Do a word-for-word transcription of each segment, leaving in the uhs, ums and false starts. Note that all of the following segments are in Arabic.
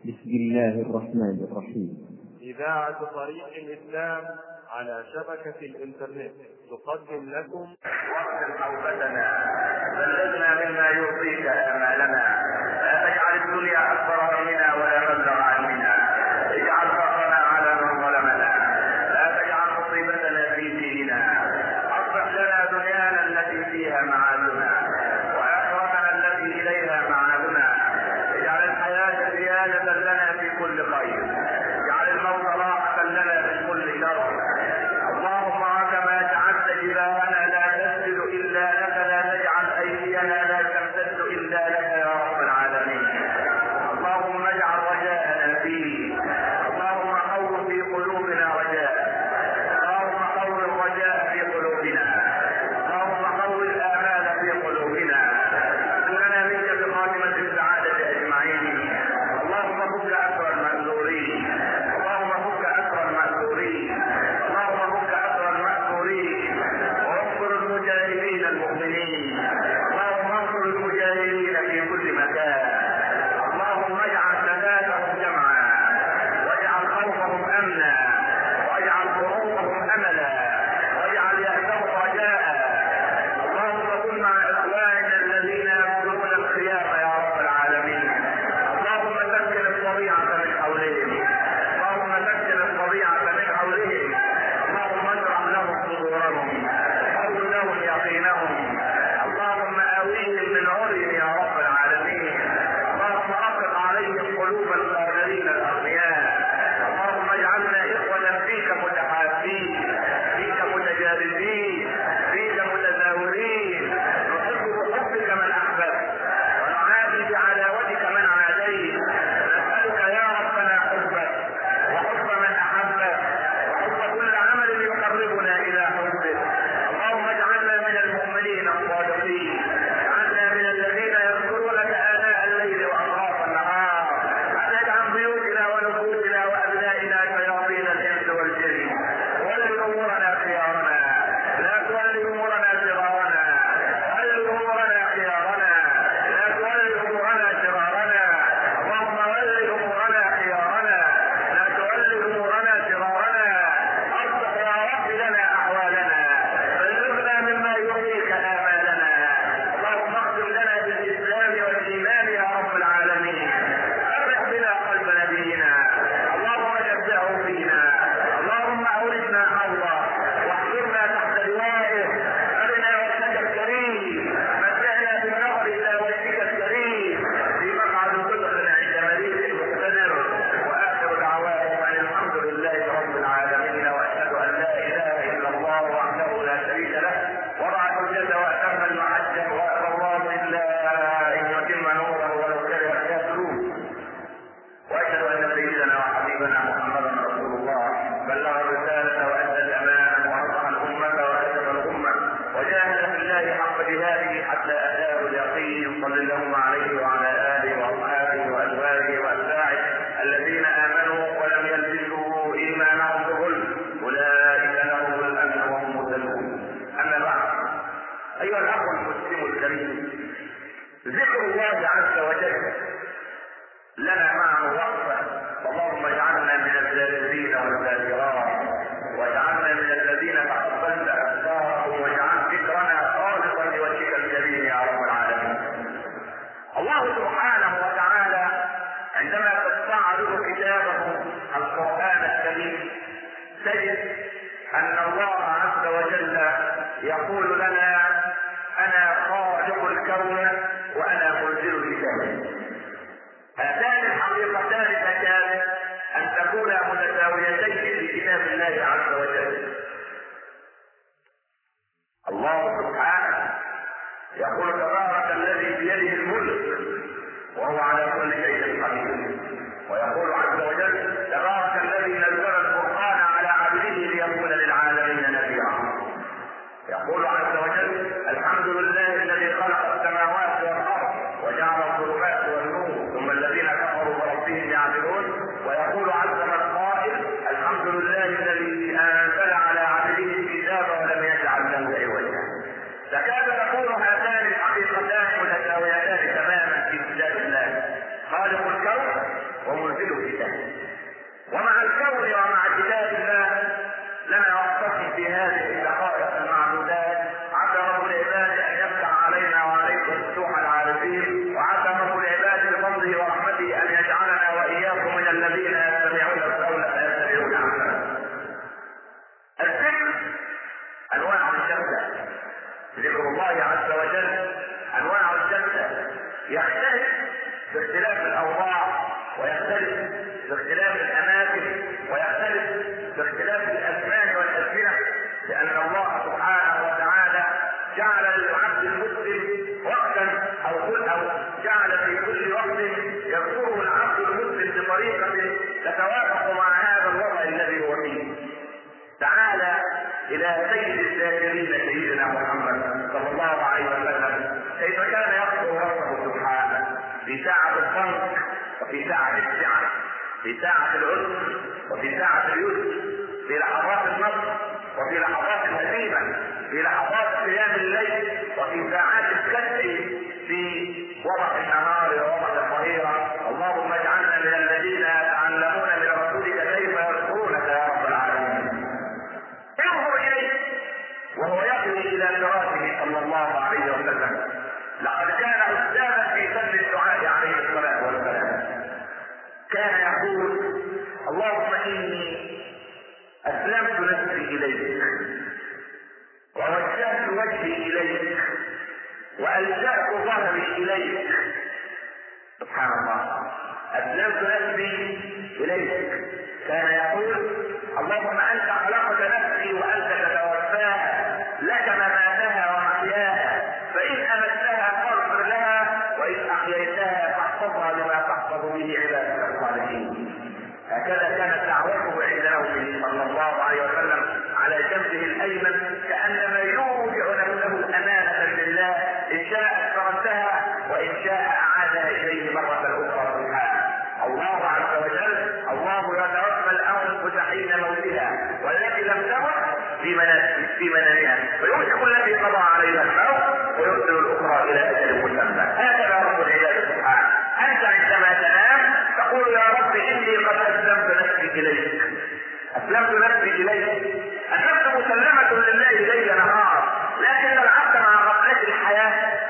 بسم الله الرحمن الرحيم. إذاعة طريق الإسلام على شبكة الإنترنت تقدم لكم واغفر حوبتنا بلغنا مما يعطيك آمالنا، لا تجعل الدنيا أكبر همنا ولا مبلغ علمنا، اجعل فقرنا على من ظلمنا، لا تجعل مصيبتنا في ديننا، أصلح لنا دنيانا التي فيها معادنا وآخرتنا التي إليها معادنا، اجعل الحياة زيادة لنا في كل خير، اجعل الموت راحة لنا من كل شر. اللهم كما جعلت جبالنا لا تسجد إلا لك، لا تجعل أيدينا لا تمتد إلا لك يا رب العالمين. اللهم اجعل رجاءنا فيه، اللهم قوم في قلوبنا رجاء، اللهم قوم الرجاء في قلوبنا، اللهم قوم الآمال في قلوبنا، لنا منك بخاتمة السعادة أجمعين. اللهم فك أسر المأسورين، اللهم فك أسر المأسورين، اللهم فك أسر المأسورين، وانصر المجاهدين المؤمنين، اللهم انصر المجاهدين في كل مكان. اللهم اجعل ثباتهم جمعا، واجعل خوفهم أمنا، واجعل خروجهم أملا، واجعل يأسهم رجاء. اللهم كن مع إخواننا الذين يبذلون الخيام يا رب العالمين. اللهم سكن الطبيعة من حولهم، اللهم سكن الطبيعة من حولهم، اللهم اشرح لهم صدورهم، حول لهم يقينهم، اللهم آويهم من عري يا رب العالمين. اللهم أفرغ عليهم قلوب القادرين الأغنياء. اللهم اجعلنا إخوة فيك متحابين، فيك متجالسين، فيك متزاورين، نحب بحبك من أحببت ونعادي بعداوتك من عاديت. نسألك يا ربنا حبك وحب من أحبك وحب كل عمل يقربنا إلى حبك. اللهم اجعلنا من المؤمنين الصادقين، اجعلنا من الذين يذكرونك آناء الليل وأطراف النهار، لا تجعل بيوتنا ونفوسنا وأبنائنا شياطين الإنس والجن. ول أمورنا خيارنا، لا تول أمورنا شرارنا، ول أمورنا خيارنا، لا تول أمورنا شرارنا. اللهم ول أمورنا خيارنا، لا تول أمورنا شرارنا. أصلح يا رب لنا أحوالنا، بلغنا مما يرضيك آمالنا. اللهم اختم لنا بالإسلام والإيمان يا رب العالمين. فرح بنا قلب نبينا، اللهم شفعه فينا، اللهم أورثنا حوضه واحشرنا تحت لوائه. أرنا وجهك الكريم، متعنا بالنظر إلى وجهك الكريم في مقعد صدق عند مليك مقتدر. وآخر دعواهم أن الحمد لله رب العالمين، وأشهد أن لا إله إلا الله وحده لا شريك له، وضع الحجة وأتم المحجة، وأبى الله إلا أن يتم نوره ولو كره الكافرون. وأشهد أن سيدنا وحبيبنا محمدا رسول الله بلغ الرسالة وأدى الأمانة ونصح الأمة وأسلم الأمة وجاهد في الله حق جهاده حتى أتاه اليقين. صلى الله عليه وعلى آله وأصحابه وأزواجه وأتباعه الذين آمنوا ولم يلبسوا إيمانهم بظلم، أولئك لهم الأمن وهم مهتدون. أما بعد، أيها الأخ المسلم الكريم، ذكر الله عز وجل لنا معه وقفة. اللهم اجعلنا من الذاكرين والذاكرات، واجعلنا من الذين تقبلت أفكارهم، واجعل ذكرنا خالصا لوجهك الكريم يا رب العالمين. الله سبحانه وتعالى عندما تستعرض كتابه القرآن الكريم تجد أن الله عز وجل يقول لنا: أنا خالق الكون وأنا منزل الكتاب. هاتان الحقيقتان تكاد أن تكونا متساويتين في كتاب الله عز وجل. الله سبحانه يقول: تبارك الذي بيده الملك وهو على كل شيء قدير. ويقول عز وجل: تبارك الذي نزل القرآن على عبده ليكون للعالمين نذيرا. يقول عز وجل: الحمد لله الذي خلق السماوات والأرض وجعل الظلمات والنور ثم الذين كفروا بربهم يعدلون. ويقول عز من قائل: الحمد لله الذي أنزل على عبده الكتاب ولم يجعل له عوجا. تكاد تكون هاتان الحقيقتان باختلاف الاماكن ويختلف باختلاف الازمان والازمنه، لان الله سبحانه وتعالى جعل للعبد المسلم وقتا او كل او جعل في كل وقت يذكره العبد المسلم بطريقه تتوافق مع هذا الوضع الذي هو فيه. تعالى الى سيد الذاكرين سيدنا محمد صلى الله عليه وسلم كيف كان يذكر ربه سبحانه في ساعه الضنك وفي ساعه السعه، في ساعه العسر وفي ساعه اليسر، في لحظات النصر وفي لحظات الهزيمه، في لحظات قيام الليل وفي ساعات الكسر، في وضع النهار ووضع الظهيره. اللهم اجعلنا من الذين يتعلمون من رسولك كيف يذكرونك يا رب العالمين. انظر اليه وهو يقضي الى فراشه صلى الله عليه وسلم. لقد كان استاذا في فن الدعاء عليه الصلاه والسلام. كان يقول: اللهم اني اسلمت نفسي اليك ووجهت وجهي اليك والجأت ظهري اليك. سبحان الله، اسلمت نفسي اليك. كان يقول: اللهم انت خلقت نفسي وانت تتوفاها، لك مماتها ومحياها، فان امتها فاغفر لها وان احييتها فاحفظها لما تحفظ به عبادك الصالحين. هكذا كانت دعوته عند نومه صلى الله عليه وسلم على جنبه الايمن، كانما يودع نفسه امانه لله، ان شاء تركها وان شاء اعادها اليه مره اخرى. سبحانه الله عز وجل: الله يتوفى الانفس حين موتها والتي لم تمت في في منامها فيمسك التي قضى عليها الموت ويرسل الاخرى الى اجل مسمى. هكذا رب العباد سبحانه. انت عندما تنام تقول: يا رب اني قد اسلمت نفسي اليك، اسلمت نفسي اليك. النفس مسلمه لله ليل نهار، لكن العبد مع غفله الحياه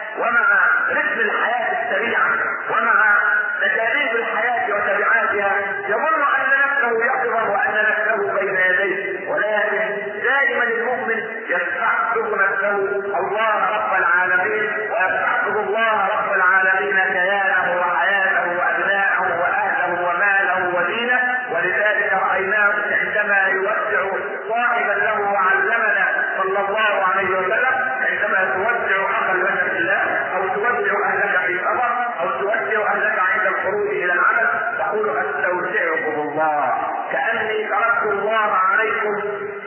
ومع رتم الحياه السريعه ومع تكاليف الحياه وتبعاتها يظن ان نفسه يقظه وان نفسه بين يديه، ولكن دائما المؤمن يستحقق نفسه الله رب العالمين، ويستحقق الله رب العالمين كيانه وحياته وابناءه واهله وماله ودينه. ولذلك رايناه عندما يودع صاحبا له وعلمنا صلى الله عليه وسلم، عندما تودع اخا لك في الله او تودع اهلك في سفر او تودع اهلك عند الخروج الى العمل تقول: استودعكم الله، كاني تركت الله عليكم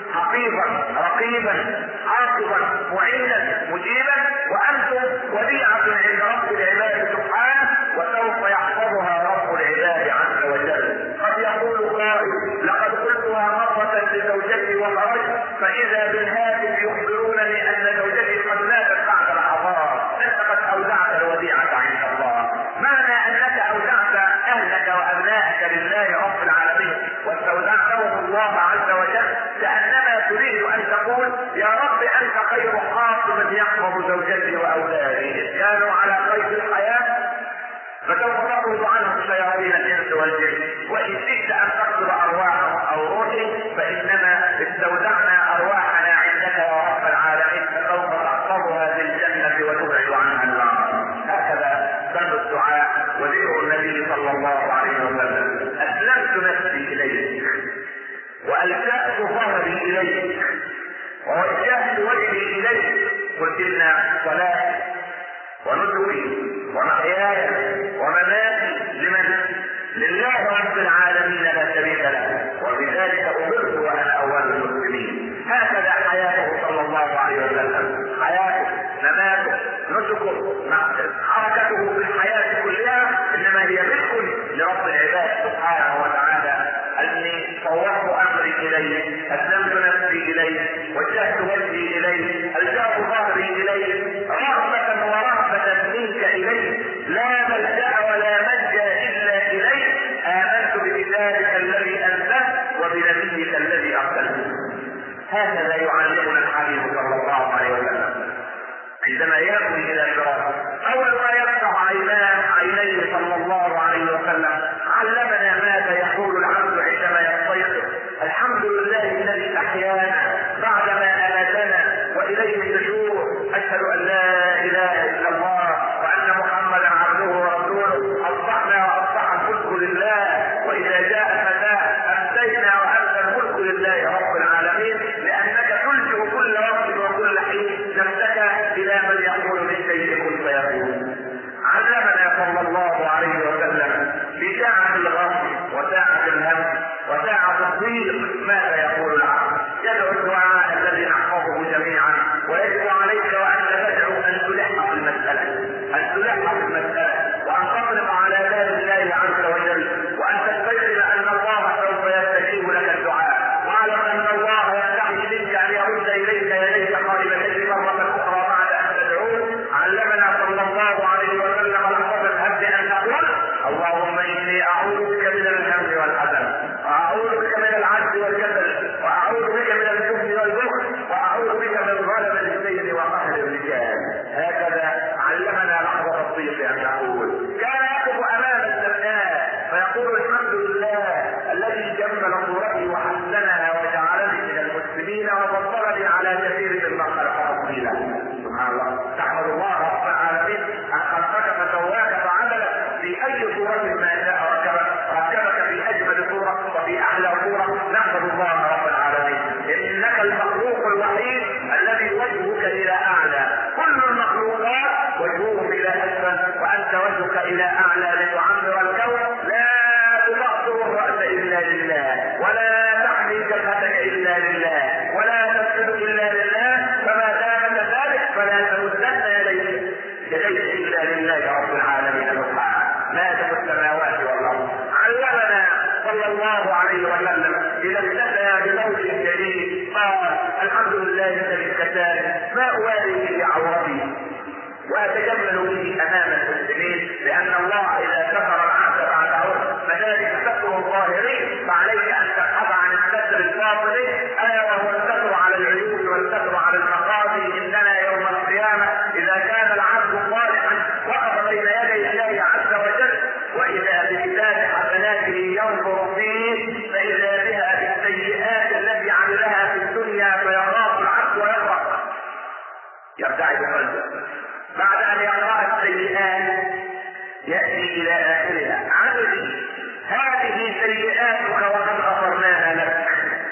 حفيظا رقيبا حافظا معينا مجيبا، وانتم وديعه عند رب العباد سبحانه، وسوف يحفظها رب العباد عز وجل. قد يقول قائل: لقد قلتها مره لزوجتي وخرجت فاذا بالهاتف يخبرونني ان زوجتي قد ماتت بعد لحظات. انت قد اودعت الوديعه عند الله. معنى انك اودعت اهلك وابنائك لله رب العالمين واستودعتهم الله عز وجل، كانما تريد ان تقول: يا رب انت خير حافظ يحفظ زوجتي واولادي، إذ كانوا على قيد الحياه فسوف تخرج عنهم شياطين الانس والجن، وان شئت ان تقتل ارواحهم او روحي فانما استودعنا ارواحنا عندك يا رب العالمين، فسوف تحفظها في الجنه وتبعد عنها النار. هكذا سن الدعاء وذكر النبي صلى الله عليه وسلم: اسلمت نفسي اليك والجأت ظهري اليك ووجهت وجهي اليك. قلت لنا صلاتي ونسكي ومحياي ومماتي لمن؟ لله رب العالمين لا شريك له، وبذلك امرت وانا اول المسلمين. هكذا حياته صلى الله عليه وسلم، حياته مماته نسكه حركته في الحياه كلها انما هي ملك لرب العباد سبحانه وتعالى. اني فوضت امري اليه، اسلمت نفسي اليه، وجهت وجهي اليه، الجأت ظهري اليه، رغبه ورهبه منك اليه، لا ملجأ ولا منجا الا اليه. امنت بكتابك الذي انزلت وبنبيك الذي ارسلته. هكذا يعلمنا الحبيب صلى الله عليه وسلم عندما يأوي الى فراشه. اول ما يفتح عيناه عينيه صلى الله عليه وسلم علمنا ماذا يقول العبد عندما يستيقظ: الحمد لله الذي احيانا بعدما اماتنا واليه النشور، اشهد ان لا اله الا الله وان محمدا عبده ورسوله، اصبحنا واصبح الملك لله، واذا جاء التصديق ماذا يقول العبد. يدعو الدعاء الذي نحفظه جميعا، ويجب عليك وانت تدعو ان تلح في المساله، ان تلح في المساله، وان تطلق على باب الله عز وجل، وان تستيقن ان الله سوف يستجيب لك الدعاء، واعلم ان الله يستحي منك ان يرد اليك يديك قائمتين مره اخرى بعد ان تدعوه. علمنا صلى الله عليه وسلم لحظه الهمز ان نقول: اللهم اني اعوذ بك من الهم والحزن، واعوذ بك من العجز والكسل، واعوذ بك من الجبن والبخل، واعوذ بك من ظلم الدين وقهر الرجال. هكذا علمنا لحظه الصديق ان نقول. كان يقف امام السماء فيقول: الحمد لله الذي جمل صورتي وحسنها وجعلني من المسلمين وفضلني على كثير ممن خلق تفضيلا. سبحان الله. تحمد الله رب العالمين ان خلقك فسواك فعدلك في اي صوره ما شاء ركبك، ركبك في اجمل صوره وفي احلى صوره. نحمد الله رب العالمين. انك المخلوق الوحيد الذي وجهك الى اعلى، كل المخلوقات وجههم الى اسفل، وانت وجهك الى اعلى لتعمر الكون. لا تقصر الراس الا لله، ولا تحمي جبهتك الا لله، ولا تسجد الا لله. فما دام كذلك فلا تمدن يديك يديك الا لله رب العالمين سبحانه مالك السماوات والارض. علمنا صلى الله عليه وسلم اذا ابتدى بموت جديد قال: الحمد لله الذي كساني ما اوالي به عورتي واتجمل به امام المسلمين، لان الله اذا ستر العبد بعد عرض فذلك ستر الظاهرين، فعليك ان تبحث عن الستر الباطني، الا وهو الستر على العيوب والستر على المقاصد. اننا يوم القيامه اذا كان العبد صالحا وقف بين يدي الله عز وجل، واذا بكتاب حسناته ينظر فيه فاذا بها بالسيئات التي عملها في الدنيا، فيخاف العبد ويفرح يبتعد قلبه. بعد ان يقرا السيئات ياتي الى اخرها: عبدي هذه سيئاتك وقد غفرناها لك.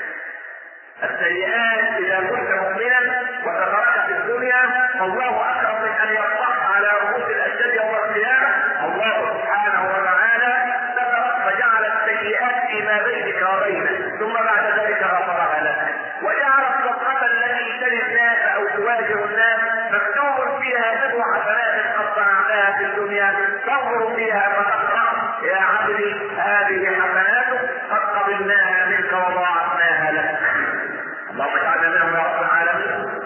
السيئات اذا كنت مؤمنا وتترك في الدنيا فالله اكرم من ان يطرح على رؤوس الاشد يوم القيامه. الله سبحانه وتعالى سترك فجعل السيئات فيما بينك وبينه، ثم بعد ذلك غفرها لك، وجعل الصدقه التي تلي الناس او تواجه الناس مكتوب فيها بدو حسنات قد صنعتها في الدنيا، تنظر فيها فتقرا: يا عبدي هذه حسناتك قد قبلناها منك وضاعفناها لك. اللهم اجعلنا منهم يا رب العالمين.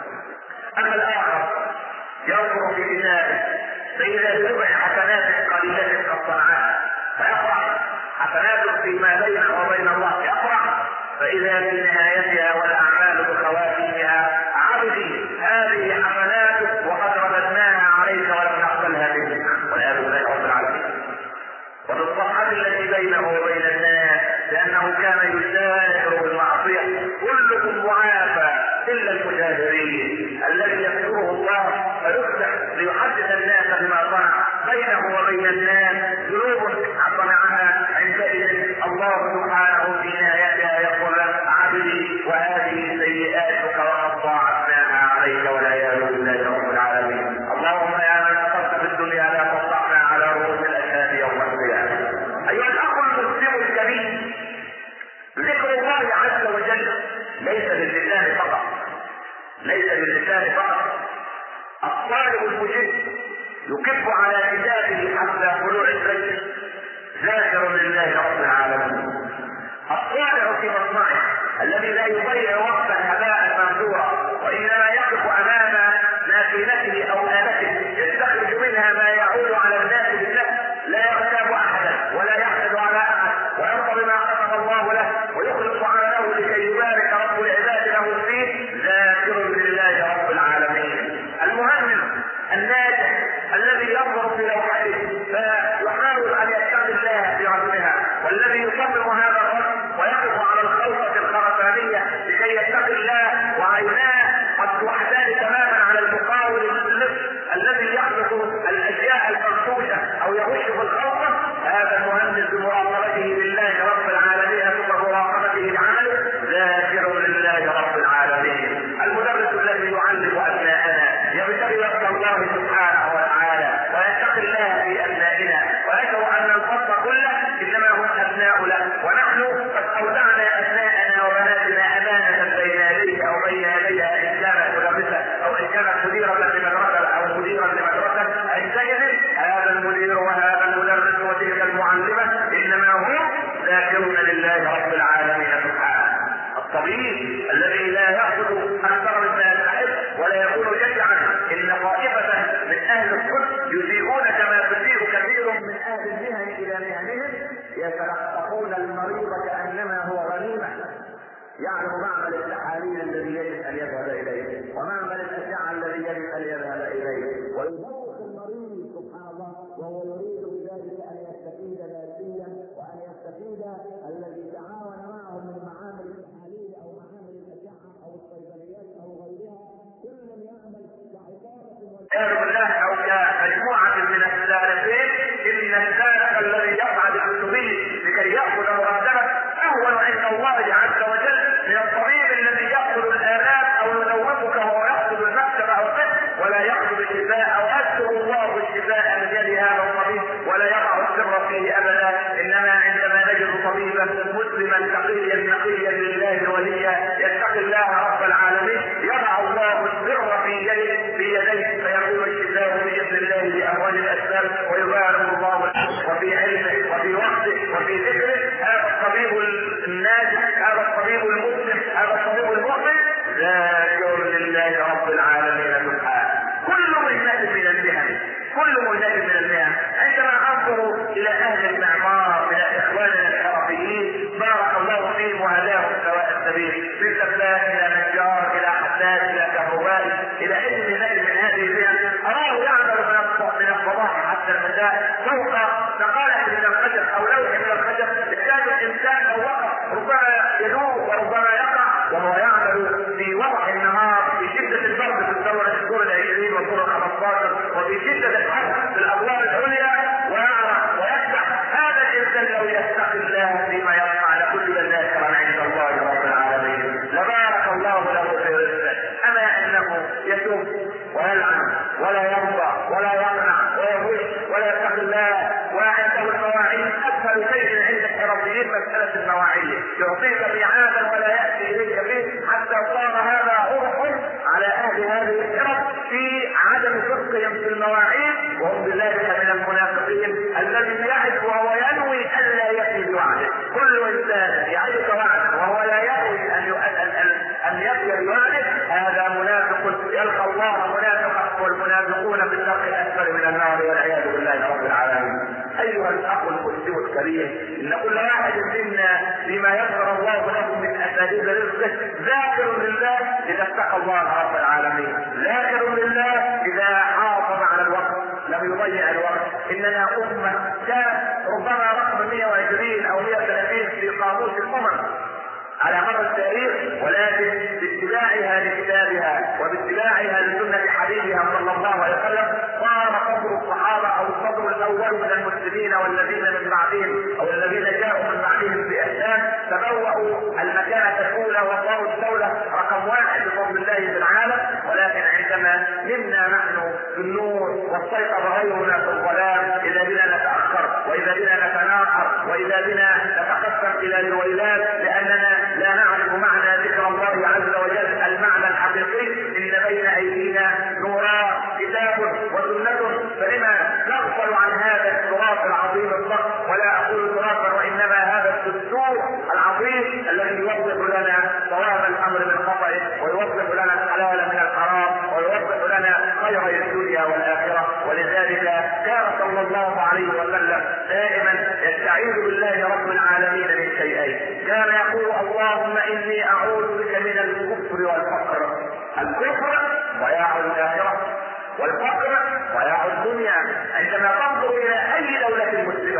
اما الاخر ينظر في كتابه فاذا تبع حسنات قليله قد صنعها فيفرح، حسنات فيما بينه وبين الله يفرح، فاذا في نهايتها والاعمال بخواتيمها: عبدي هذه حسناتك وقد رددناها عليك ولم نقبلها منك، والعياذ بالله رب العالمين. وبالصحة التي بينه وبين الناس، لأنه كان يسارع بالمعصية: كلكم معافى إلا المجاهرين، الذي يذكره الله فيصلح ليحدث الناس بما صنع بينه وبين الناس ذنوب صنعها. عندئذ الله سبحانه في نهايتها يقول: عبدي وهذه سيئاتك وقد ضاعفناها عليك، والعياذ بالله رب العالمين. اللهم يا من نصرت في الدنيا لا تصنعنا على رؤوس الاشهاد يوم القيامه. ايها الاخ المسلم الكريم، ذكر الله عز وجل ليس باللسان فقط، ليس باللسان فقط. الطالب المجد يكب على كتابه حتى طلوع الفجر ذاكر لله رب العالمين. الصالح في مصنعه الذي لا يضيع وقتا هباء منثورا، وانما يقف امام ماكينته او آلته يستخرج منها ما يعود على الناس بالنفس، لا يغتاب احدا ولا يحسد على احد، ويرضى بما خلق الله له ويخلص عمله لكي يبارك رب العباد له فيه، ذاكر لله رب العالمين. المهمم الناجح الذي ينظر في لوحته فيحاول ان يتقي الله برسمها، والذي يصمم هذا الرسم ويقف على الخلطه الخرسانيه لكي يتقي الله وعيناه قد توحدان تماما على المقاول اللص الذي يخلط الاشياء المنقوشه او يغش في الخلطه، هذا المهندس بمراقبته لله رب العالمين ثم مراقبته لعمله ذاكر لله رب العالمين. المدرس الذي يعلم ابناءنا يبتغي وجه الله سبحانه وتعالى ويتقي الله في ابنائنا، ويشعر ان الفضل كله انما هم ابناء له، ونحن قد اودعنا الحربيين الذي لا يأخذ أكثر مما يستحق ولا يكون جشعا. إن طائفة من أهل الصدق يسيئون كما تسيء كثير من أهل المهن إلى مهنهم، يتلقفون المريض كأنما هو غنيمة، يعلم معمل التحاليل الذي يجب أن يذهب إليه ومعمل الأشعة الذي يجب أن يذهب إليه، ويدرس المريض سبحان الله وهو يريد بذلك أن يستفيد ذاتيا وأن يستفيد الذي تعاون معهم من معامل التحاليل أو معامل الأشعة أو الصيدليات أو غيرها، كل يعمل كعقابة بالله أو كمجموعة من السالفين. إن السالف الذي يصعد الكتبي لكي يأخذ مرتبة أهون عند الله عز وجل من الطبيب الذي يأخذ الآلات أو ينومك وهو يأخذ المكتب أو الطب ولا يأخذ الشفاء أو أذكر الله الشفاء من يد هذا الطبيب ولا يضع السر فيه أبدا. إنما عندما نجد طبيبا مسلما تقيا نقيا لله وليا يتقي الله رب العالمين يضع الله السر في يده في يديه فيقول الشفاء بإذن الله لأهوال الأسباب ويبارك الله وفي علمه وفي وقته وفي ذكره. هذا الطبيب الناجح، هذا الطبيب المسلم، هذا الطبيب المؤمن ذاكر لله رب العالمين سبحانه. كل مهنة من المهن، كل مهنة من المهن. عندما انظر الى اهل المعمار الى اخواننا الحرفيين بارك الله فيهم وهداهم سواء السبيل، من سفاح الى نجار الى حداد الى كهربائي الى اي مهنة من هذه المهن، اراه يعمل من الصباح حتى المساء فوق نقالة من الخشب او لوح من الخشب يحتاج الانسان لو وقف ربما يدور وربما يقع وهو يعمل في وضح النهار في شدة البرد في الدورة الدور العشرين والدور الخمسطاشر وفي شدة الحر في الأدوار العليا ويعرف ويفتح. هذا الإنسان لو يتقي الله فيما يصنع لكل ذاكرا عند الله رب العالمين لبارك الله له في رزقه. أما أنه يتوب ويلعن ولا يرضى ولا يقنع ويهوش ولا يتقي الله وعنده المواعيد أسهل شيء عند الحرفيين مسألة المواعيد، يعطيك ميعادا ولا يأتي إليك به حتى صار هذا عرف على أهل هذه الحرف في عدم صدقهم في المواعيد، وهم بذلك من المنافقين الذي يعد وهو ينوي ألا يأتي بوعده. كل إنسان يعدك وعدا وهو لا ينوي أن أن يأتي بوعده هذا منافق يلقى الله منافقا، والمنافقون في الدرك الأسفل من النار والعياذ بالله رب العالمين. أيها الأخ المسلم الكريم، إن كل واحد منا بما يسر الله له من أساليب رزقه ذاكر لله إذا اتقى الله رب العالمين، ذاكر لله إذا حافظ على الوقت لم يضيع الوقت. إننا أمة كانت ربما رقم مئة وعشرين أو مئة وثلاثين في قاموس الأمم على مر التاريخ، ولكن باتباعها لكتابها وباتباعها لسنة حبيبها صلى الله عليه وسلم صار قدر الصحابة او القدر الاول من المسلمين والذين من بعدهم او الذين جاءوا من بعدهم باحسان تبوأوا المكانة الاولى وصاروا الدولة رقم واحد بفضل الله في العالم. ولكن عندما نمنا نحن في النور واستيقظ غيرنا في الظلام اذا بنا نتأخر واذا بنا نتناقر واذا بنا نتقسم الى الويلات لاننا لا نعرف معنى ذكر الله عز وجل المعنى الحقيقي. ان بين ايدينا نورا كتاب وسنة، فلما نغفل عن هذا التراث العظيم الضخم؟ ولا اقول تراثا وانما هذا الدستور العظيم الذي يوضح لنا صواب الامر من خطئه ويوضح لنا الحلال من الحرام ويوضح لنا خير الدنيا والاخره. ولذلك كان صلى الله عليه وسلم دائما يستعيذ بالله رب العالمين من شيئين، كان يقول اللهم اني اعوذ بك من الكفر والفقر. الكفر ضياع الاخره والفقر ضياع الدنيا. عندما تنظر الى اي دولة مسلمة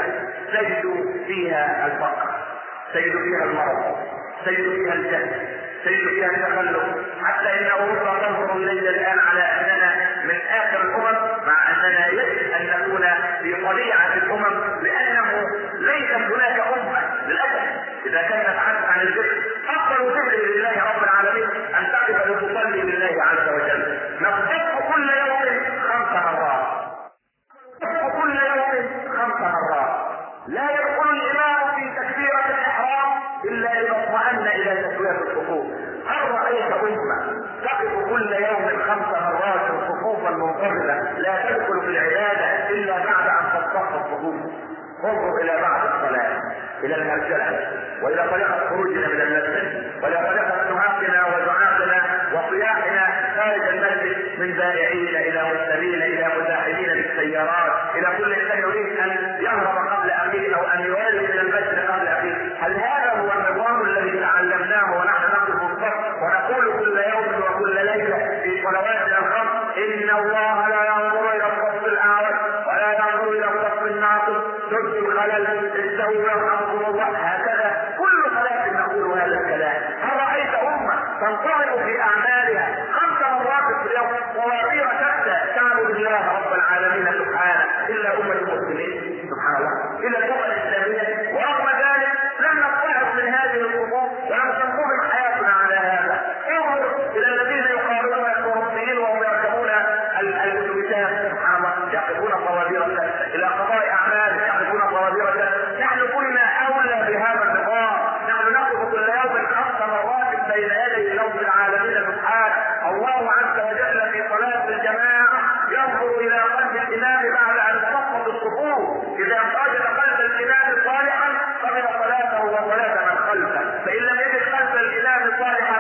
تجد فيها الفقر، تجد فيها المرض، تجد فيها الجهل، تجد فيها التخلف، حتى ان اوروبا تنظر الينا الان على اننا من اخر الامم، مع اننا يجب ان نكون في طبيعة الامم، لانه ليس هناك امة للاسف اذا كانت عن عن الذكر افضل ذكر لله رب العالمين ان تقف لتصلي لله عز وجل. نصدق كل يوم خمس مرات، نصدق كل يوم خمس مرات. لا يدخل الامام في تكبيرة الاحرام الا اذا اطمأن الى تسوية الصفوف. هل رأيت امة تقف كل يوم خمس مرات صفوفا منفردة لا تدخل في العبادة الا بعد ان تصف الصفوف؟ انظر الى بعد الصلاة الى المرجله والى طريقه خروجنا من المسجد والى طريقه دعاتنا ودعاتنا وصياحنا خارج المسجد من بائعين الى مستمين الى مزاحمين بالسيارات الى كل انسان يريد ان يهرب قبل اخيه او ان يوالي من المسجد قبل اخيه. هل هذا هو النظام الذي تعلمناه ونحن نقف الصف ونقول كل يوم وكل ليله في صلواتنا الخمس ان الله لا ينظر الى الصف الاعوج ولا ينظر الى الصف الناقص تبدي الخلل استووا يرحمكم الله؟ هكذا كل صلاه نقول هذا الكلام. هل رايت امه تنطلق في اعمالها خمس مرات في اليوم ووارير شتى تعبد الله رب العالمين سبحانه الا امه المسلمين؟ سبحان الله، الا الامه الاسلاميه. ورغم ذلك لم نطلع من هذه الامور ولم تنظم حياتنا على هذا. انظر الى الذين يقاربون الاوروبيين وهم يركبون الاتوبيسات، سبحان الله، يقفون طوابير الى قضاء اعمال، يقفون طوابير. نحن كنا اولى بهذا النظام. نحن نقف كل يوم خمس مرات بين يدي رب العالمين سبحانه. الله عز وجل في صلاه الجماعه ينظر الى قلب الامام بعد ان تصفت الصفوف. اذا وجد قلب الامام صالحا قبل صلاته وصلاه من خلفه، فان لم يجد قلب الامام صالحا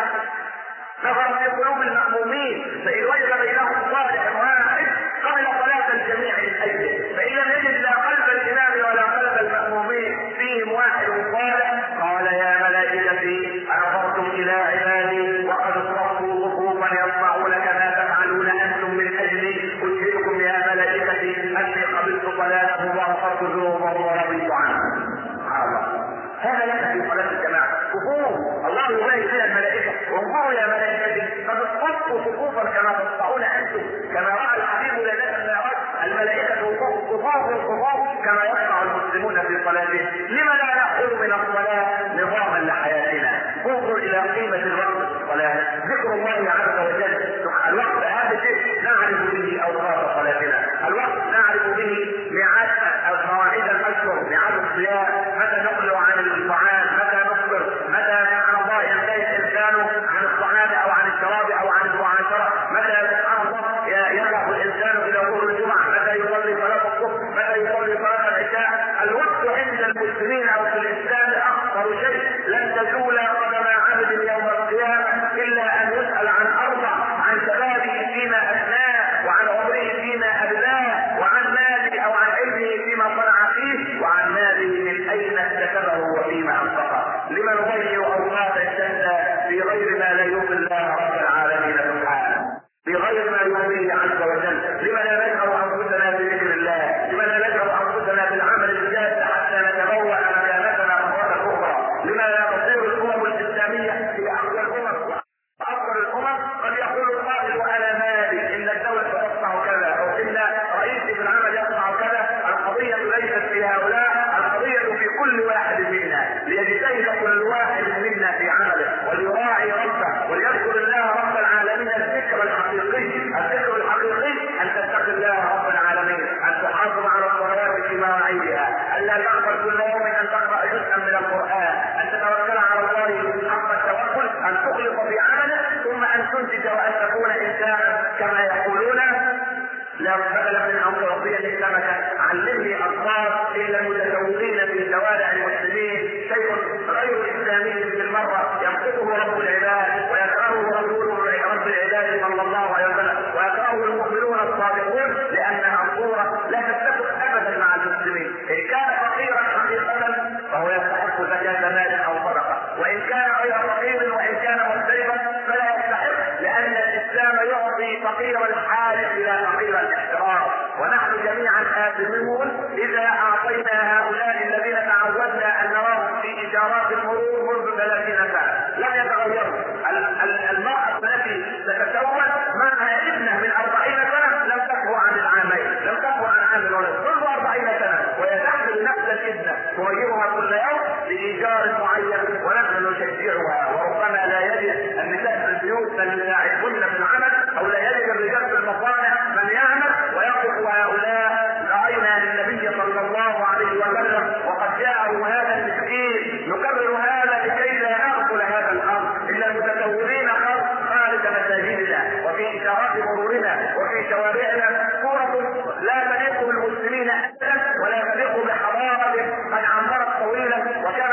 نظر في قلوب المأمومين، فإن وجد بينهم صالح واحد قبل صلاة الجميع من أجله، فإن لم يجد لا قلب الإمام ولا قلب المأمومين فيهم واحد صالح قال يا ملائكتي أنظرتم إلى عبادي وقد صفوا صفوفا يصنعون كما تفعلون أنتم من أجلي، أشهدكم يا ملائكتي أني قبلت صلاتهم وغفرت ذنوبهم ورضيت عنهم. سبحان الله، هذا لك في صلاة الجماعة صفوف. الله يبارك فيها الملائكة، وانظروا يا ملائكتي قد صفوا صفوفا كما تصنعون انتم، كما راى الحبيب ليلة المعراج الملائكة صفوف صفوف كما يصنع المسلمون في صلاتهم. لما لا نأخذ من الصلاة نظاما لحياتنا؟ انظر الى قيمة الوقت في الصلاة، ذكر الله عز وجل. الوقت هذا شيء نعرف به اوقات صلاتنا، الوقت نعرف به ميعاد مواعيد الاشهر، ميعاد الصيام، متى نقلع عن الطعام، متى نفطر، متى سبحان الله ينتهي الانسان عن الطعام او عن الشراب او عن المعاشره، متى سبحان الله يذهب الانسان الى ظهر الجمعه، متى يصلي صلاه الصبح، متى يصلي صلاه العشاء. الوقت عند المسلمين او في الاسلام اخطر شيء. لن تزول قدم عبد يوم القيامه الا ان يسال عن اربع: عن شبابه فيما افناه، وعن عمره فيما ابلاه، وعن ماله او عن علمه فيما صنع فيه، وعن ماله من اين اكتسبه وفيما انفقه. لما نضيع اوقات الشتى في غير ما لا يرضي الله رب العالمين سبحانه، بغير ما يرضيه عز وجل؟ لما لا نجعل انفسنا بذكر الله؟ لما لا نجعل انفسنا بالعمل الجاد حتى نتبوأ مكانتنا مرة اخرى؟ لما لا تصير الامم الاسلاميه هي افضل الامم وافضل الامم؟ قد يقول القائل وانا مالي ان الدوله تصنع كذا او ان رئيسي في العمل يصنع كذا. القضيه ليست في هؤلاء، القضيه في كل واحد منا، ليجتهد كل واحد منا في عمله وليراعي ربه وليذكر الله رب العالمين. الذكر الحقيقي، الذكر الحقيقي ان تتقي الله رب العالمين، ان تحافظ على الصلوات في مواعيدها، ان لا تغفل كل يوم ان تقرا جزءا من القران، ان تتوكل على الله حق التوكل، ان تخلص في عملك، ثم ان تنتج وان تكون انسانا كما يقولون لا بدلا من ان تعطيني سمكه علمني اطفال الا المتسوقين في شوارع المسلمين شيء غير اسلامي بالمره يمقته رب العباد ويكرهه رسوله رب العباد صلى الله عليه وسلم ويكرهه المؤمنون الصادقون، لانها صوره لا تتفق ابدا مع المسلمين. ان كان فقيرا حقيقه فهو يستحق زكاه مال او صدقه، وان كان غير فقير وان كان مختلفا فلا يستحق، لان الاسلام يعطي فقير الحاج الى فقير الاحترام. ونحن جميعا آثمون اذا اعطينا هؤلاء الذين تعودنا ان نراهم في اشارات المرور منذ ثلاثين سنه لم يتغيروا. المرأة التي تتزوج معها ابنه من أربعين سنة لم تكفو عن العامين، لم تكفو عن عام الولد منذ أربعين سنة، وهي تحمل نفس الابنه تغيرها كل يوم لإيجار معين ونحن نشجعها. وربما لا يجد النساء في البيوت من يساعدهن في العمل، او لا يجد الرجال في المصانع من يعمل ويقف هؤلاء. راينا النبي صلى الله عليه وسلم وقد جاءه هذا المسكين. نكرر هذا لكي لا نغفل هذا الامر. ان المتسولين خارج مساجدنا وفي اشارات مرورنا وفي شوارعنا صوره لا تليق بالمسلمين ابدا ولا تليق بحضاره قد عمرت طويلا وكان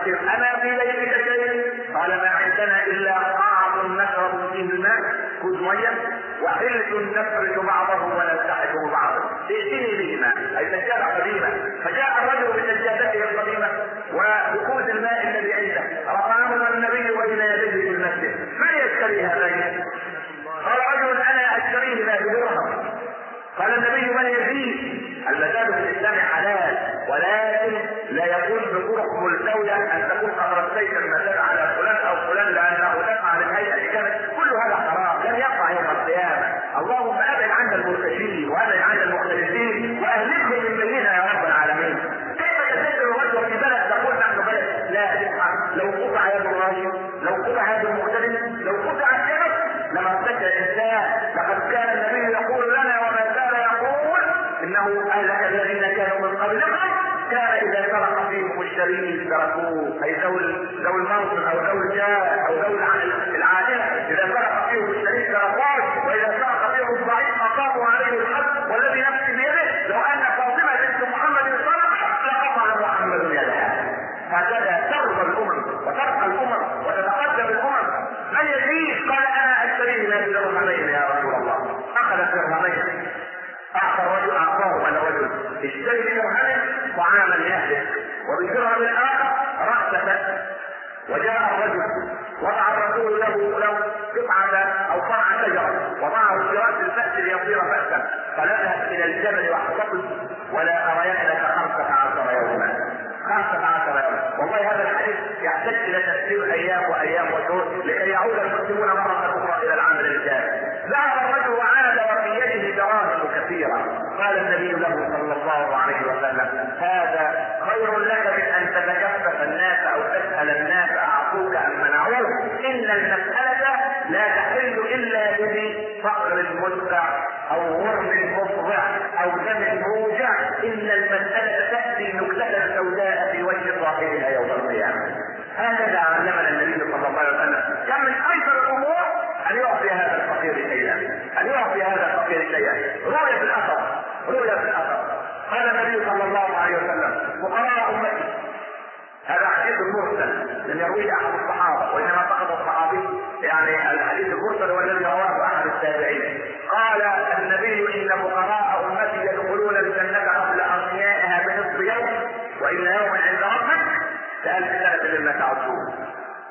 الفقير انا في بيتك شيء؟ قال ما عندنا الا قعر نشرب فيه الماء كل ميه وحلة نفرج بعضه ونلتحق بعضه ائتني بهما اي سجادة قديمة. فجاء الرجل بسجادته القديمة وبكوز الماء الذي عنده رفعهما النبي بين يديه في المسجد. من يشتري هذين؟ قال رجل انا اشتريه لا بدرهم. قال النبي من يزيد؟ المزاد في الاسلام حلال ولكن لا يكون بطرق ملتويه ان تكون قد رسيت المزاد على فلان او فلان لانه دفع للهيئه كذا. كل هذا حرام لن يقع يوم القيامه. اللهم ابعد عنا المرتشين وابعد عنا المختلفين واهلكهم من بيننا يا رب العالمين. كيف تسد الرجل في بلد تقول نحن بلد لا تفعل؟ لو قطع يد الرجل، لو قطع يد المختلف، لو قطع يده لما ارتكب الانسان. لقد كان النبي يقول لنا وما زال يقول انه اهلك الذين كانوا من قبلكم كان اذا سرق فيهم الشريف تركوه اي ذوي المنصب او ذوي الجاه او ذوي العائله اذا سرق فيهم الشريف تركوه واذا سرق فيهم الضعيف اقاموا عليه الحد والذي نفسي بيده لو ان فاطمه بنت محمد سرقت لقطع محمد يدها. هكذا ترضى الامم وترقى الامم وتتقدم الامم. من يزيد؟ قال انا اشتريه لا بدرهمين يا رسول الله. اخذ درهمين اعطى الرجل اعطاه على رجل اشتري بدرهم طعاما لاهلك وبدرهم الاخر رأسه. وجاء الرجل وضع الرسول له له قطعه او فرع شجره وضعه في راس الفأس ليصير فأسا. قال اذهب الى الجبل واحتفظ ولا ارين لك خمسة عشر يوما. خمسة عشر يوما. والله هذا الحديث يحتاج الى تفسير ايام وايام وشهور لكي يعود المسلمون مرة اخرى الى العمل الجاد. ذهب الرجل وعاد وفي يده دراهم كثيرة. قال النبي له صلى الله عليه وسلم هذا خير لك من ان تتكفف الناس او تسأل الناس اعطوك ام منعوك. ان المسألة لا تحل الا بذي فقر المدفع او غرم مفضع او دم موجع. ان المسألة تأتي نكتة سوداء في وجه صاحبها يوم القيامة. هكذا علمنا النبي صلى الله عليه وسلم. كم من ايسر الامور ان يعطي هذا الفقير شيئا، ان يعطي هذا الفقير شيئا. رؤية الاثر رؤية الاثر قال النبي صلى الله عليه وسلم فقراء امتي. هذا حديث مرسل لم يرويه احد الصحابه وانما فقط الصحابي يعني الحديث المرسل والذي رواه احد التابعين. قال النبي ان فقراء امتي يدخلون الجنه قبل اغنيائها بنصف يوم وان يوما عند ربك كألف سنه مما تعدون.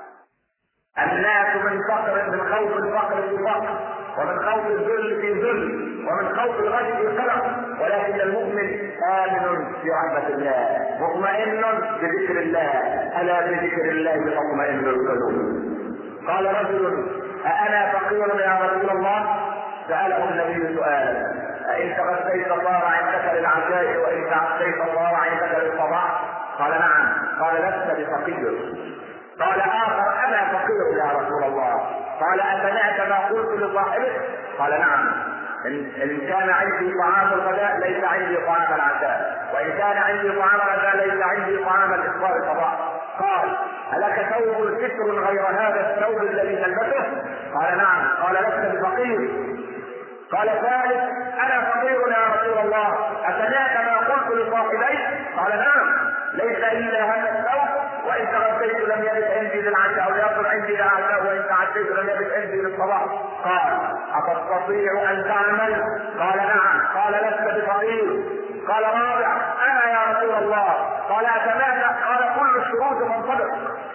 الناس من فقر من خوف الفقر في فقر ومن خوف الذل في ذل ومن خوف الغش في قلق. ولكن المؤمن آمن في رحمة الله مطمئن بذكر الله. ألا بذكر الله تطمئن القلوب. قال رجل أأنا فقير يا رسول الله؟ سأله النبي سؤالا أإن تغديت صار عندك للعشاء وإن تعشيت صار عندك للصباح؟ قال نعم. قال لست بفقير. قال آخر أنا فقير يا رسول الله. قال أسمعت ما قلت لصاحبك؟ قال نعم. إن, إن كان عندي طعام الغداء ليس عندي طعام العشاء وإن كان عندي طعام الغداء ليس عندي طعام الإفطار الصباح. قال ألك ثوب ستر غير هذا الثوب الذي تلبسه؟ قال نعم. قال لست بفقير. قال ثالث أنا فقير يا رسول الله. أسمعت ما قلت لصاحبيك؟ قال نعم. ليس إلا هذا الثوب وإن تغديت لم يبت عندي للعشاء أو يصل عندي للعشاء وإن تعشيت لم يبت عندي للصباح. قال أتستطيع أن تعمل؟ قال نعم. قال لست بفقير. قال رابع أنا يا رسول الله. قال أسمعت؟ قال كل الشروط منطبق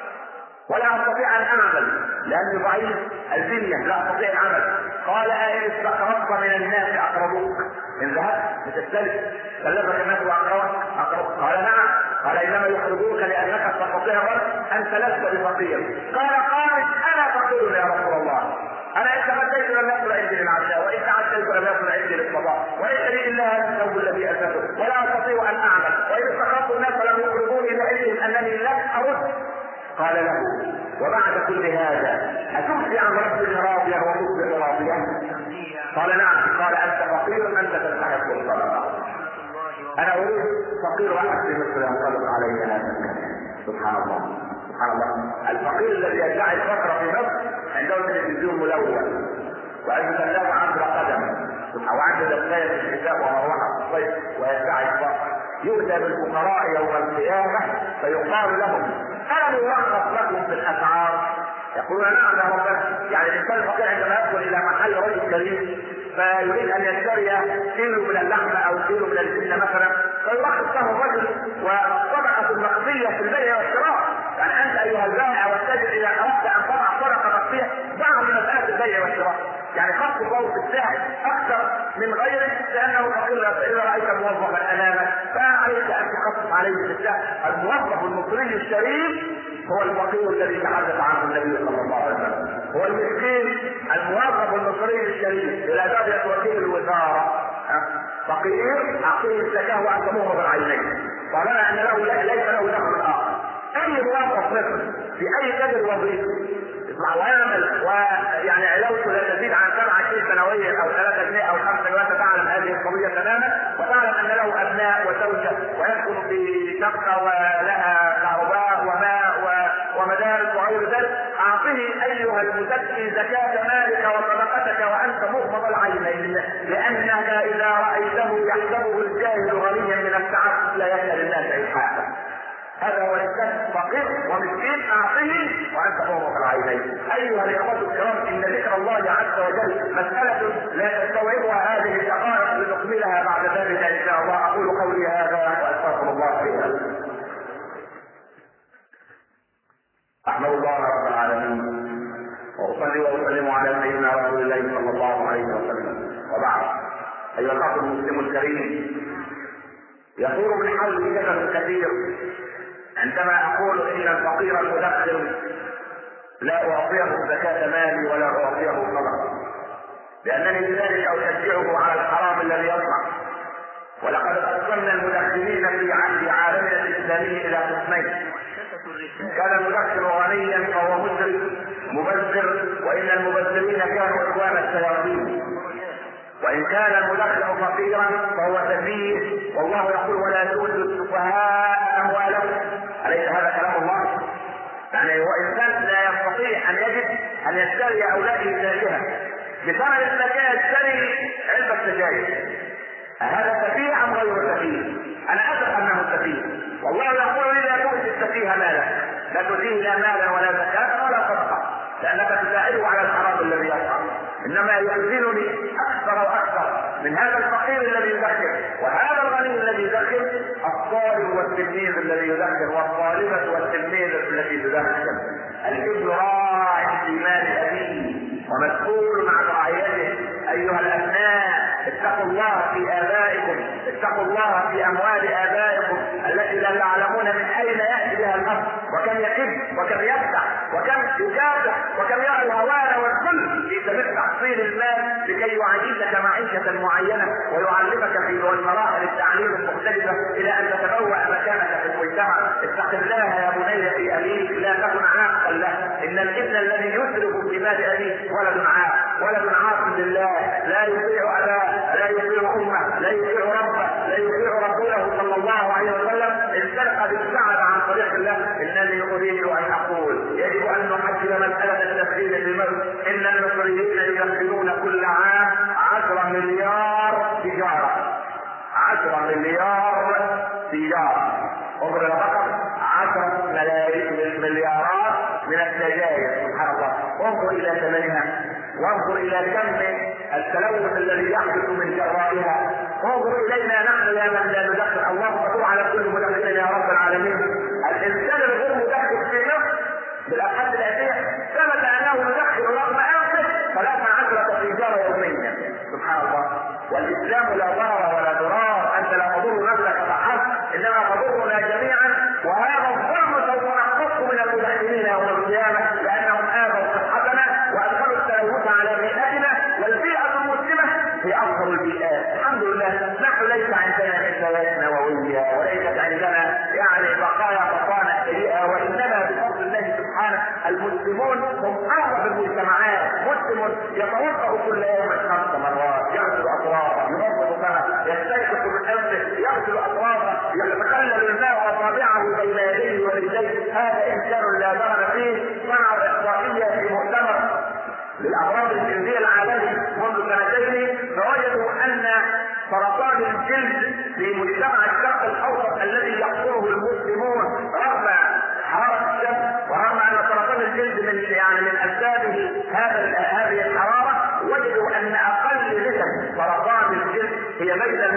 ولا أستطيع أن أعمل لأني ضعيف الذمة لا أستطيع العمل. قال أئن استقرضت من الناس أقربوك؟ إن ذهبت بتستلف سلفك الناس وأقربك أقربك؟ قال نعم. قال إنما يخرجوك لأنك تستطيع الرد أنت لست بفقير. قال قائل أنا فقير يا رسول الله. أنا إن تغديت لم يصل عندي للعشاء وإن تعشيت لم يصل عندي للصباح وليس لي إلا هذا الثوب الذي ألبسه ولا أستطيع أن أعمل وإن استقرضت الناس فلم يخرجوني لعلمهم أنني لم أرد. قال له وبعد كل هذا أتخفي عن رب راضية وتصبح راضية؟ قال نعم. قال أنت فقير أنت تستحق الصدقة. أنا أريد فقير واحد في مصر ينطلق علي هذا الكلام. سبحان الله سبحان الله. الفقير الذي يدعي الفقر في مصر عنده تلفزيون ملون وعنده ثلاجة عبر قدم وعنده دفاية في الحساب ومروحة في الصيف ويدعي الفقر. يؤتى بالفقراء يوم القيامة فيقال لهم ألم يرخص لكم في الأسعار؟ يقولون نعم يا ربنا. يعني الإنسان الفقير عندما يدخل إلى محل رجل كريم فيريد أن يشتري كيلو من اللحمة أو كيلو من الجبنة مثلا، فيرخص له الرجل، والصدقة المقصية في البيع والشراء. يعني أنت أيها البائع والتاجر إذا أردت أن تضع صدقة مقصية ضعها من مسألة البيع والشراء، يعني خفض الله في السعر أكثر من غيره، لأنه فقير. إذا رأيت موظفا أمامك فعليك أن تخفض عليه في السعر. الموظف المصري الشريف هو الفقير الذي تحدث عنه النبي صلى الله عليه وسلم، هو المسكين الموظف المصري الشريف الى درجه وكيل الوزاره، فقير اعطيه الزكاه وانت مغمض العينين طالما ان له ليس له دخل اخر. اي موظف مصري في اي كادر وظيفي يطلع ويعمل ويعني علاوته لا تزيد عن سبعة جنيه سنويا او ثلاثة جنيه او خمسة جنيه، تعلم هذه القضيه تماما، وتعلم ان له ابناء وزوجه ويسكن في شقه ولها كهرباء وماء ومدارس وغير ذلك، اعطه ايها المزكي زكاه مالك وصدقتك وانت مغمض العينين، لانك اذا رايته يحسبه الجاهل غنيا من التعفف لا يسال الناس الحاحه. هذا هو الانسان فقير ومسكين، اعطيه وانت مغمض العينين. ايها الاخوه الكرام، ان ذكر الله عز وجل مساله لا تستوعبها هذه الدقائق لنكملها بعد ذلك ان شاء الله. اقول قولي هذا واستغفر الله لي. احمد الله رب العالمين واصلي واسلم على سيدنا رسول الله صلى الله عليه وسلم، وبعد. ايها الاخ المسلم الكريم، يثور من حولي كثر كثير عندما اقول ان الفقير المدخر لا اعطيه زكاه مالي ولا اعطيه صدقه، لانني بذلك اشجعه على الحرام الذي يصنع. ولقد قسمنا المدخرين في عالمنا الاسلامي الى قسمين: كان المدخر غنيا فهو مسرف مبذر، وان المبذرين كانوا اخوان الشياطين. وان كان المدخر فقيرا فهو سفيه، والله يقول ولا تؤتوا السفهاء اموالهم. اليس هذا كلام الله؟ يعني هو انسان لا يستطيع ان يجد ان يشتري اولاده فاكهه، بثمن الزكاه يشتري علبه سجاير. هذا سفيه ام غير سفيه؟ انا اثق انه سفيه، والله يقول لي لا تؤتي السفيه مالا، لا تؤتيه لا مالا ولا زكاه ولا صدقه، لانك تساعده على الحرام الذي يفعل. انما يحزنني اكثر واكثر من هذا الفقير الذي يدخن وهذا الغني الذي يدخن، الطالب والتلميذ الذي يدخن والطالبه والتلميذ التي تدخن. الابن راع في مال ابيه ومسؤول عن رعيته. ايها الابناء، اتقوا الله في ابائكم، اتقوا الله في اموال ابائكم التي لا تعلمون من اين ياتي بها الامر، وكم يكذب وكم يفتح وكم يكافح وكم يرى الهوان والذل في سبيل تحصيل المال لكي يعيشك معيشه معينه ويعلمك في مراحل التعليم المختلفه الى ان تتبوأ مكانك في المجتمع. اتق الله يا بني في ابيك، لا تكن عاقا له. ان الابن الذي يسرف في مال ابيه ولد عاق، ولد عاق لله، لا يطيع اباه، لا يطيع امه، لا يطيع ربه، لا يطيع رسوله صلى الله عليه وسلم، انسلق بالسعد عن طريق الله. انني اريد ان اقول يجب ان نحدد مساله التسجيل للموت. ان المصريين يدخلون كل عام عشرة مليار تجاره، عشرة مليار تجاره، عمر الرقم عشرة مليارات من السجاير. سبحان الله، وانظر الى ثمنها، وانظر الى كم التلوث الذي يحدث من جرائها. انظر الينا نحن يا من لا ندخن، اللهم تب على كل مدخن يا رب العالمين. الانسان الغير مدخن في مصر بالابحاث الاتيه ثبت انه يدخن رغم انفه ثلاث عشرة تجاره يوميا. سبحان الله. والاسلام لا ضرر ولا ضرار، انت لا تضر نفسك فحسب، انما تضرنا جميعا. وهذا الظلم سوف نقص من المدخنين يوم القيامه، لانهم اذوا صحتنا وادخلوا التلوث على بيئتنا، والبيئه المسلمه هي افضل البيئات. الحمد لله، نحن ليس عندنا مثليات نوويه وليست عندنا يعني بقايا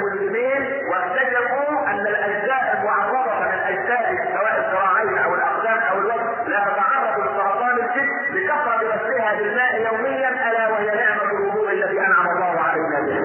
المسلمين واكتشفوا ان الاجزاء المعرضه من اجزاء سواء الذراعين او الاقدام او الوجه لا تتعرض لسرطان الجسم لكثره غسلها بالماء يوميا، الا وهي نعمه الوضوء الذي انعم الله علينا به.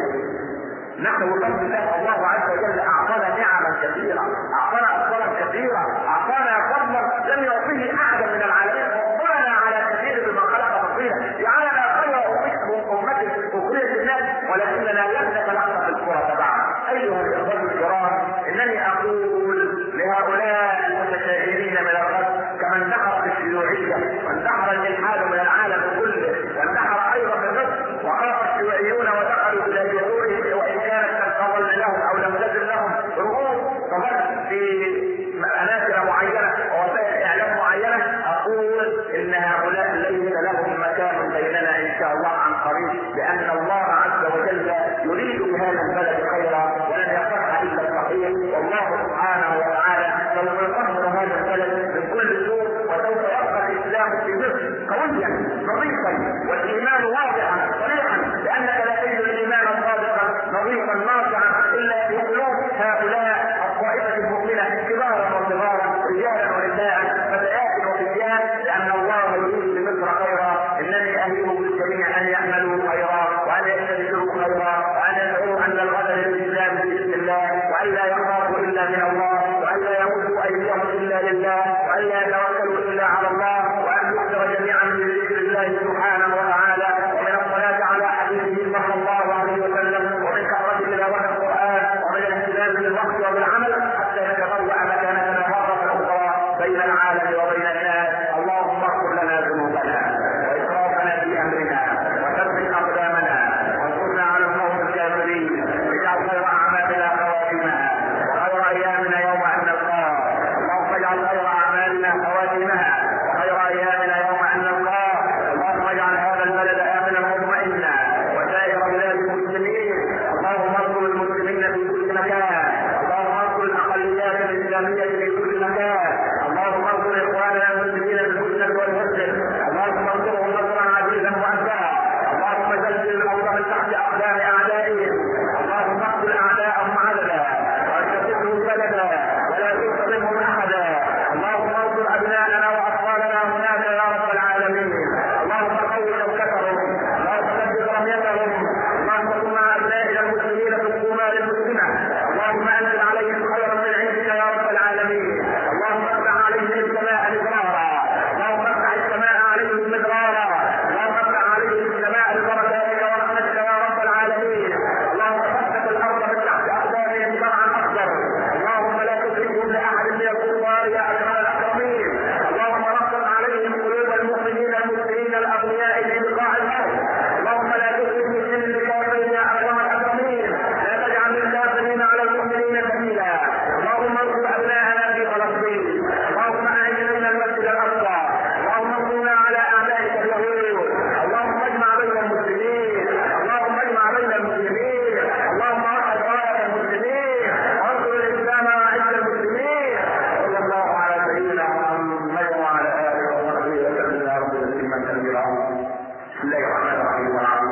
نحن بفضل الله الله عز وجل اعطانا نعما كثيره، اعطانا افضالا كثيره، اعطانا فضلا لم يعطيه احدا من العالمين، فضلنا على كثير مما خلق فضيله، جعلنا خير امه اخرجت الناس، ولكننا لم نتلقى الكره بعد. ايها الاخوه الكرام، انني اقول لهؤلاء المتشائمين من الغد كما انتحر في الشيوعيه وانتحر الالحاد من العالم كله وانتحر ايضا من مصر وخاف الشيوعيون ودخلوا الى جذورهم، وان كانت قد تظل لهم او لم تزل لهم رؤوس تظل في منازل معينه ووسائل اعلام معينه، اقول ان هؤلاء ليس لهم مكان بيننا ان شاء الله عن قريب، لان الله عز وجل يريد بهذا البلد خيرا ولن يصح الا الصحيح، والله سبحانه وتعالى سوف يطهر هذا البلد من كل سوء، وسوف يبقى الاسلام في مصر قويا نظيفا والايمان واضحا صريحا، لانك لا تجد الايمان صادقا نظيفا ناصعا الا في قلوب هؤلاء الطائفه المؤمنه كبارا وصغارا رجالا ونساء فتيات وفتيان، لان الله يريد بمصر خيرا. انني اهيب بالجميع ان يعملوا خيرا وان يستبشروا خيرا وان يدعوا ان الغد للاسلام باذن الله، وان لا يخافوا الا من الله، وان لا يمدوا ايديهم الا لله، وان لا يتوكلوا الا على الله، وان يكثر جميعا من ذكر الله سبحانه وتعالى ومن الصلاه على حبيبه صلى الله عليه وسلم ومن كثره تلاوه القران ومن الاهتمام بالوقت وبالعمل حتى نتبوأ مكانتنا مره اخرى بين العالم وبين الناس. اللهم اغفر لنا ذنوبنا واسرافنا في امرنا وثبت اقدامنا وانصرنا على القوم الكافرين، اجعل خير اعمالنا خواتمها وخير ايامنا يوم ان نلقاك. اللهم اجعل خير اعمالنا خواتمها وخير ايامنا يوم ان نلقاك. اللهم اجعل هذا البلد امنا مطمئنا وسائر بلاد المسلمين. اللهم انصر المسلمين في كل مكان، اللهم انصر الاقليات الاسلاميه في كل مكان، اللهم انصر اخواننا المسلمين في المسلم والمسلم، اللهم انصرهم نصرا عزيزا مؤثرا، اللهم زلزل الارض من تحت اقدام اعدائهم، اللهم اقتل اعداءهم عددا واشتتهم بلدا ولا تظلمهم احدا، اللهم انصر ابناءنا واطفالنا هناك يا رب العالمين، اللهم قوي شوكتهم، اللهم ثبت رميتهم، اللهم كن مع ابنائنا المسلمين في الصومال المسلمه، اللهم انزل عليهم خيرا من عندك يا رب العالمين، اللهم افتح عليهم السماء مدرارا، اللهم افتح السماء عليهم مدرارا، اللهم افتح عليهم السماء ببركاتك ورحمتك يا رب العالمين، اللهم ثبت الارض من تحت اقدامهم شرعا اخضر، اللهم لا تدركهم لاحد من الكفار يا اكرم الاكرمين، اللهم رقق عليهم قلوب المؤمنين المسلمين الاغنياء في بقاع الارض، اللهم لا تدرك من الكافرين يا اكرم الاكرمين، لا تجعل الكافرين على المؤمنين سبيلا، اللهم انصر ابناءنا في فلسطين، اللهم اعز المسجد الاقصى، اللهم انصرنا على اعدائك اليهود، اللهم اجمع بين المسلمين، اللهم اجمع بين المسلمين، اللهم وحد رايه المسلمين وانصر الاسلام واعز المسلمين. صلى الله على سيدنا محمد وعلى اله وصحبه وسلم يا رب تسليما كثيرا. بسم الله الرحمن الرحيم.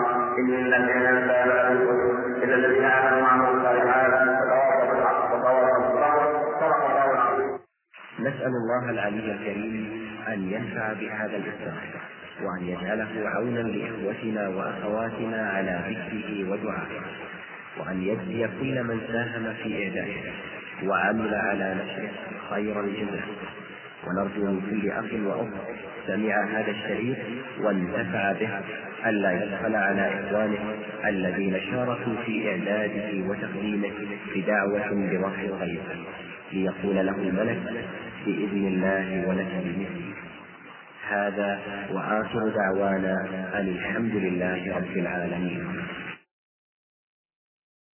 ان الانسان لفي الا الذين امنوا وعملوا الصالحات وتواصوا بالحق وتواصوا بالصبر. صدق الله العظيم. نسأل الله العلي الكريم أن ينفع بهذا الإصلاح وأن يجعله عونا لإخوتنا وأخواتنا على ذكره ودعائه، وأن يجزي كل من ساهم في إعداده وعمل على نشره خير الجزاء. ونرجو من كل أخ وأخت سمع هذا الشريط وانتفع به ألا يدخل على إخوانه الذين شاركوا في إعداده وتقديمه بدعوة برفع الخير ليقول له الملك بإذن الله ولك بمثله. هذا وآخر دعوانا أن الحمد لله رب العالمين.